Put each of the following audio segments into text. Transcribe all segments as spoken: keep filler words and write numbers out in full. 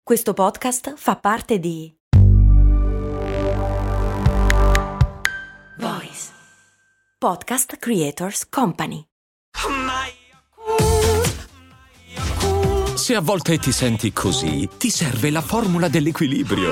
Questo podcast fa parte di Voice Podcast Creators Company. Se a volte ti senti così, ti serve la formula dell'equilibrio.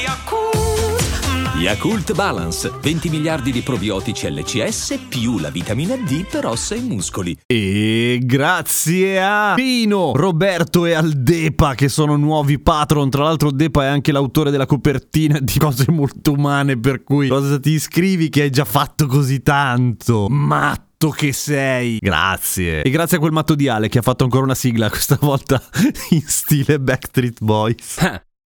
Yakult Balance, venti miliardi di probiotici L C S più la vitamina D per ossa e muscoli. E grazie a Pino, Roberto e Aldepa che sono nuovi patron. Tra l'altro Depa è anche l'autore della copertina di Cose Molto Umane, per cui cosa ti iscrivi che hai già fatto così tanto? Matto che sei. Grazie. E grazie a quel matto di Ale che ha fatto ancora una sigla, questa volta in stile Backstreet Boys.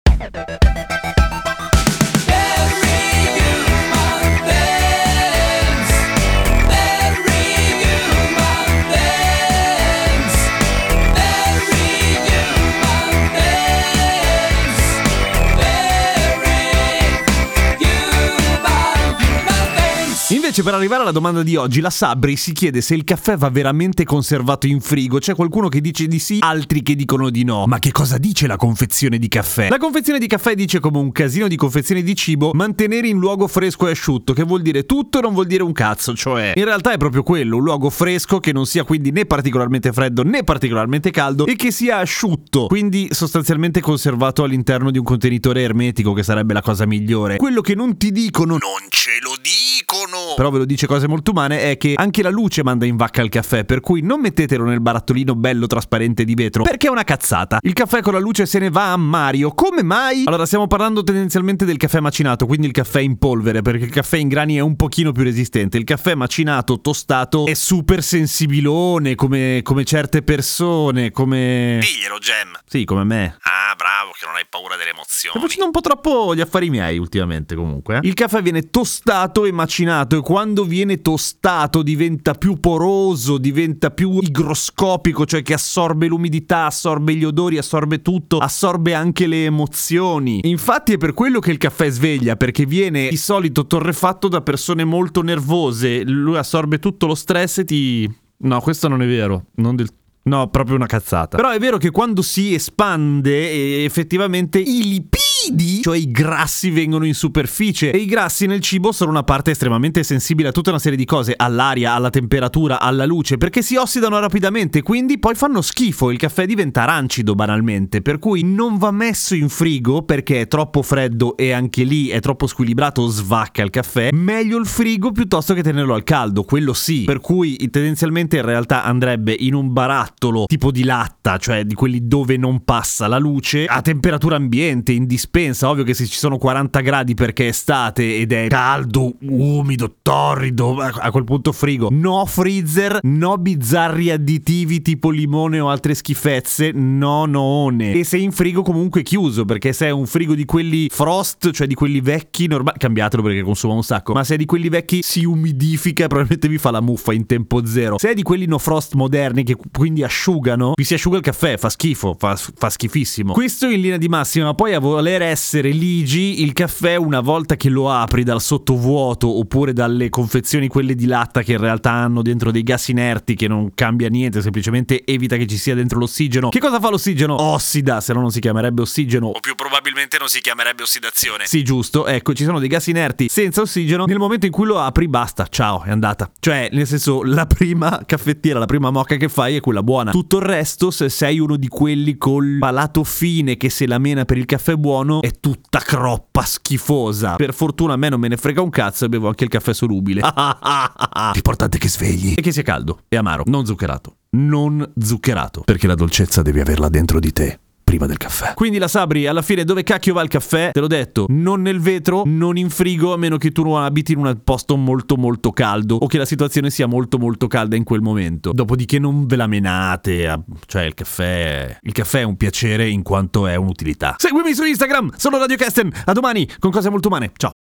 Invece, per arrivare alla domanda di oggi, la Sabri si chiede se il caffè va veramente conservato in frigo. C'è qualcuno che dice di sì, altri che dicono di no. Ma che cosa dice la confezione di caffè? La confezione di caffè dice, come un casino di confezioni di cibo, mantenere in luogo fresco e asciutto, che vuol dire tutto e non vuol dire un cazzo. Cioè, in realtà è proprio quello, un luogo fresco che non sia quindi né particolarmente freddo né particolarmente caldo e che sia asciutto, quindi sostanzialmente conservato all'interno di un contenitore ermetico, che sarebbe la cosa migliore. Quello che non ti dicono, non ce lo dicono, però ve lo dice Cose Molto Umane, è che anche la luce manda in vacca il caffè, per cui non mettetelo nel barattolino bello trasparente di vetro, perché è una cazzata. Il caffè con la luce se ne va a Mario. Come mai? Allora, stiamo parlando tendenzialmente del caffè macinato, quindi il caffè in polvere, perché il caffè in grani è un pochino più resistente. Il caffè macinato, tostato, è super sensibilone, come, come certe persone, come... Diglielo, Gem. Sì, come me. Ah, bravo, che non hai paura delle emozioni. Sto facendo un po' troppo gli affari miei ultimamente, comunque. Eh? Il caffè viene tostato e macinato, e quando viene tostato diventa più poroso, diventa più igroscopico, cioè che assorbe l'umidità, assorbe gli odori, assorbe tutto, assorbe anche le emozioni. Infatti è per quello che il caffè sveglia, perché viene di solito torrefatto da persone molto nervose. Lui assorbe tutto lo stress e ti... No, questo non è vero, non del No, proprio una cazzata. Però è vero che quando si espande, effettivamente i lipidi, cioè i grassi, vengono in superficie, e i grassi nel cibo sono una parte estremamente sensibile a tutta una serie di cose, all'aria, alla temperatura, alla luce, perché si ossidano rapidamente, quindi poi fanno schifo. Il caffè diventa rancido banalmente, per cui non va messo in frigo perché è troppo freddo e anche lì è troppo squilibrato, svacca il caffè. Meglio il frigo piuttosto che tenerlo al caldo, quello sì. Per cui tendenzialmente in realtà andrebbe in un barattolo tipo di latta, cioè di quelli dove non passa la luce, a temperatura ambiente, in dispensa. Ovvio che se ci sono quaranta gradi perché è estate ed è caldo, umido, torrido, a quel punto frigo. No freezer, no bizzarri additivi tipo limone o altre schifezze, no noone. E se in frigo comunque chiuso, perché se è un frigo di quelli frost, cioè di quelli vecchi normali, cambiatelo perché consuma un sacco, ma se è di quelli vecchi si umidifica e probabilmente vi fa la muffa in tempo zero. Se è di quelli no frost moderni che quindi asciugano, vi si asciuga il caffè, fa schifo, fa, fa schifissimo. Questo in linea di massima. Poi, a voler essere ligi, il caffè una volta che lo apri dal sottovuoto oppure dalle confezioni quelle di latta che in realtà hanno dentro dei gas inerti, che non cambia niente, semplicemente evita che ci sia dentro l'ossigeno. Che cosa fa l'ossigeno? Ossida, se no non si chiamerebbe ossigeno, O più probabilmente non si chiamerebbe ossidazione. sì, giusto, ecco, ci sono dei gas inerti senza ossigeno. Nel momento in cui lo apri, basta, ciao, è andata. Cioè, nel senso, la prima caffettiera, la prima moka che fai è quella buona. Tutto il resto, se sei uno di quelli col palato fine che se la mena per il caffè buono, è tutta croppa schifosa. Per fortuna a me non me ne frega un cazzo e bevo anche il caffè solubile. L'importante è che svegli e che sia caldo e amaro, non zuccherato. Non zuccherato, perché la dolcezza devi averla dentro di te prima del caffè. Quindi la Sabri, alla fine dove cacchio va il caffè? Te l'ho detto, non nel vetro, non in frigo, a meno che tu non abiti in un posto molto molto caldo o che la situazione sia molto molto calda in quel momento. Dopodiché non ve la menate, cioè il caffè il caffè è un piacere in quanto è un'utilità. Seguimi su Instagram, sono Radio Kesten. A domani con Cose Molto Umane. Ciao.